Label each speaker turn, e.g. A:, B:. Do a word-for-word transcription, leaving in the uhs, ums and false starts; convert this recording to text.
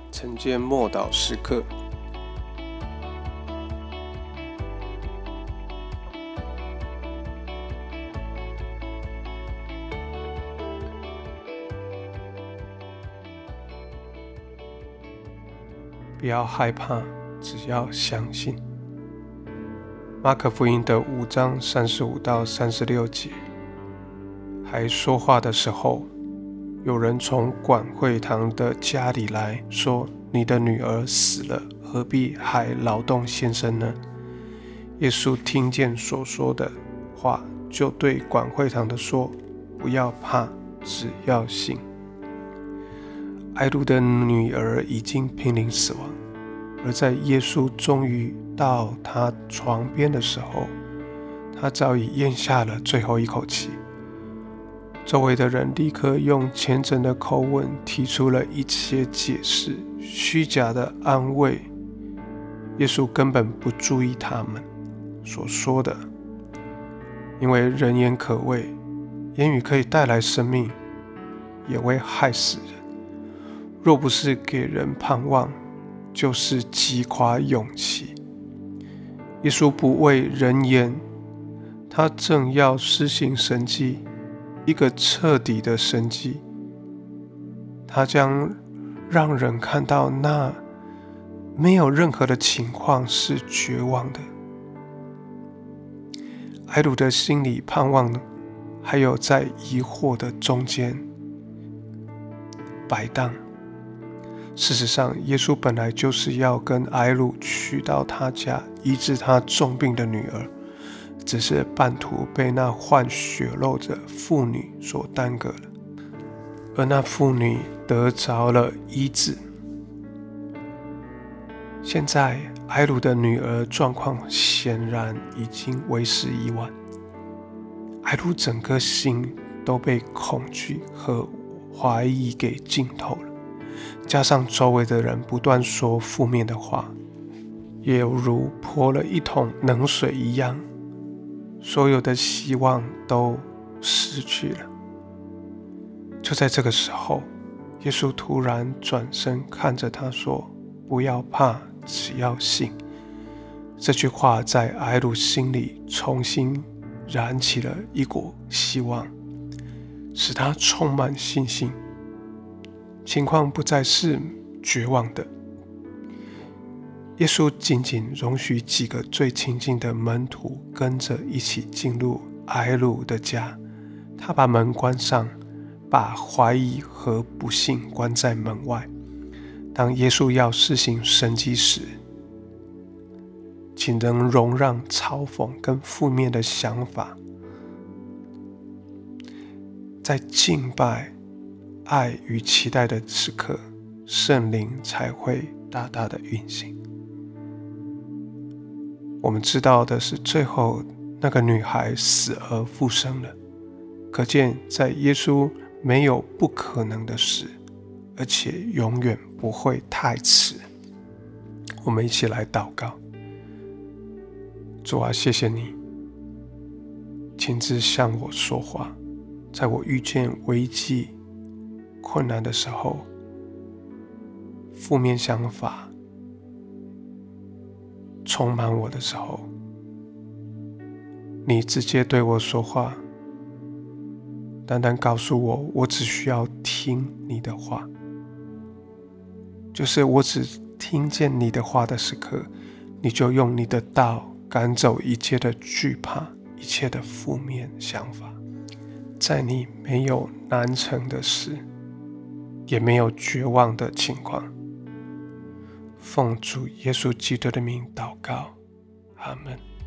A: 晨间默祷时刻。不要害怕，只要相信。马可福音的五章三十五到三十六节，还说话的时候，有人从管会堂的家里来说：“你的女儿死了，何必还劳动先生呢？”耶稣听见所说的话，就对管会堂的说：“不要怕，只要信。”埃鲁的女儿已经濒临死亡，而在耶稣终于到她床边的时候，她早已咽下了最后一口气。周围的人立刻用虔诚的口吻提出了一些解释，虚假的安慰。耶稣根本不注意他们所说的，因为人言可畏，言语可以带来生命，也会害死人。若不是给人盼望，就是击垮勇气。耶稣不为人言，他正要施行神迹，一个彻底的神迹。他将让人看到那没有任何的情况是绝望的。埃鲁的心里盼望，还有在疑惑的中间摆荡。事实上，耶稣本来就是要跟埃鲁去到他家医治他重病的女儿，只是半途被那患血肉的妇女所耽搁了，而那妇女得着了医治。现在埃鲁的女儿状况显然已经为时已晚，埃鲁整个心都被恐惧和怀疑给浸透了，加上周围的人不断说负面的话，也如泼了一桶冷水一样，所有的希望都失去了。就在这个时候，耶稣突然转身看着他说：“不要怕，只要信。”这句话在埃鲁心里重新燃起了一股希望，使他充满信心。情况不再是绝望的。耶稣仅仅容许几个最亲近的门徒跟着一起进入埃鲁的家，他把门关上，把怀疑和不信关在门外。当耶稣要施行神迹时，请能容让嘲讽跟负面的想法，在敬拜爱与期待的时刻，圣灵才会大大的运行。我们知道的是，最后那个女孩死而复生了，可见在耶稣没有不可能的事，而且永远不会太迟。我们一起来祷告。主啊，谢谢你亲自向我说话，在我遇见危机困难的时候，负面想法充满我的时候，你直接对我说话，单单告诉我，我只需要听你的话，就是我只听见你的话的时刻，你就用你的道赶走一切的惧怕，一切的负面想法。在你没有难成的事，也没有绝望的情况。奉主耶稣基督的名祷告，阿们。